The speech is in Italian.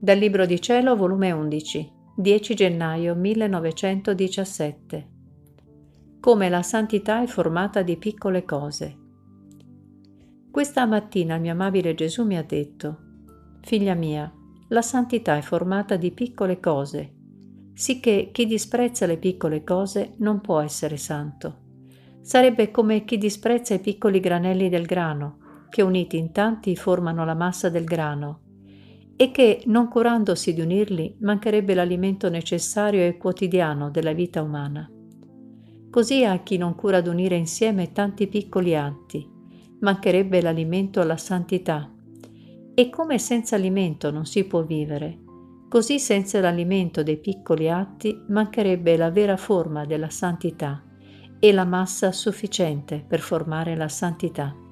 Dal Libro di Cielo, volume 11, 10 gennaio 1917. Come la santità è formata di piccole cose. Questa mattina il mio amabile Gesù mi ha detto: «Figlia mia, la santità è formata di piccole cose, sicché chi disprezza le piccole cose non può essere santo. Sarebbe come chi disprezza i piccoli granelli del grano, che uniti in tanti formano la massa del grano, e che, non curandosi di unirli, mancherebbe l'alimento necessario e quotidiano della vita umana. Così a chi non cura d'unire insieme tanti piccoli atti, mancherebbe l'alimento alla santità. E come senza alimento non si può vivere, così senza l'alimento dei piccoli atti mancherebbe la vera forma della santità e la massa sufficiente per formare la santità.